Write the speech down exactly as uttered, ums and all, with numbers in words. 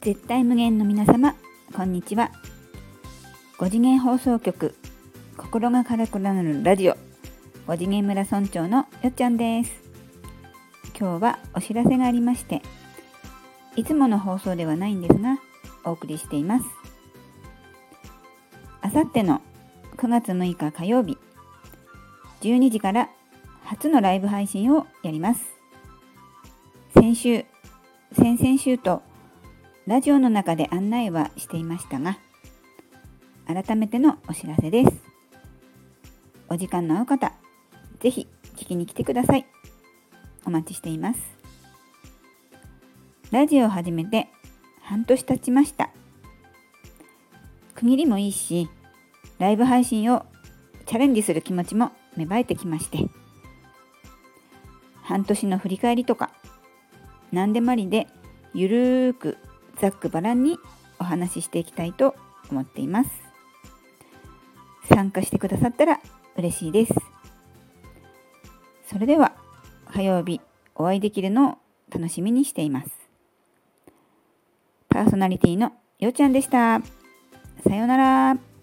絶対無限の皆様、こんにちは。ご次元放送局、心が軽くなるラジオ、ご次元村村長のよっちゃんです。今日はお知らせがありまして、いつもの放送ではないんですが、お送りしています。あさってのくがつむいか火曜日、じゅうにじから初のライブ配信をやります。先週、先々週とラジオの中で案内はしていましたが、改めてのお知らせです。お時間の合う方、ぜひ聞きに来てください。お待ちしています。ラジオを始めて半年経ちました。区切りもいいし、ライブ配信をチャレンジする気持ちも芽生えてきまして、半年の振り返りとか、何でもありでゆるーくざっくばらんにお話ししていきたいと思っています。参加してくださったら嬉しいです。それでは火曜日お会いできるのを楽しみにしています。パーソナリティのよっちゃんでした。さようなら。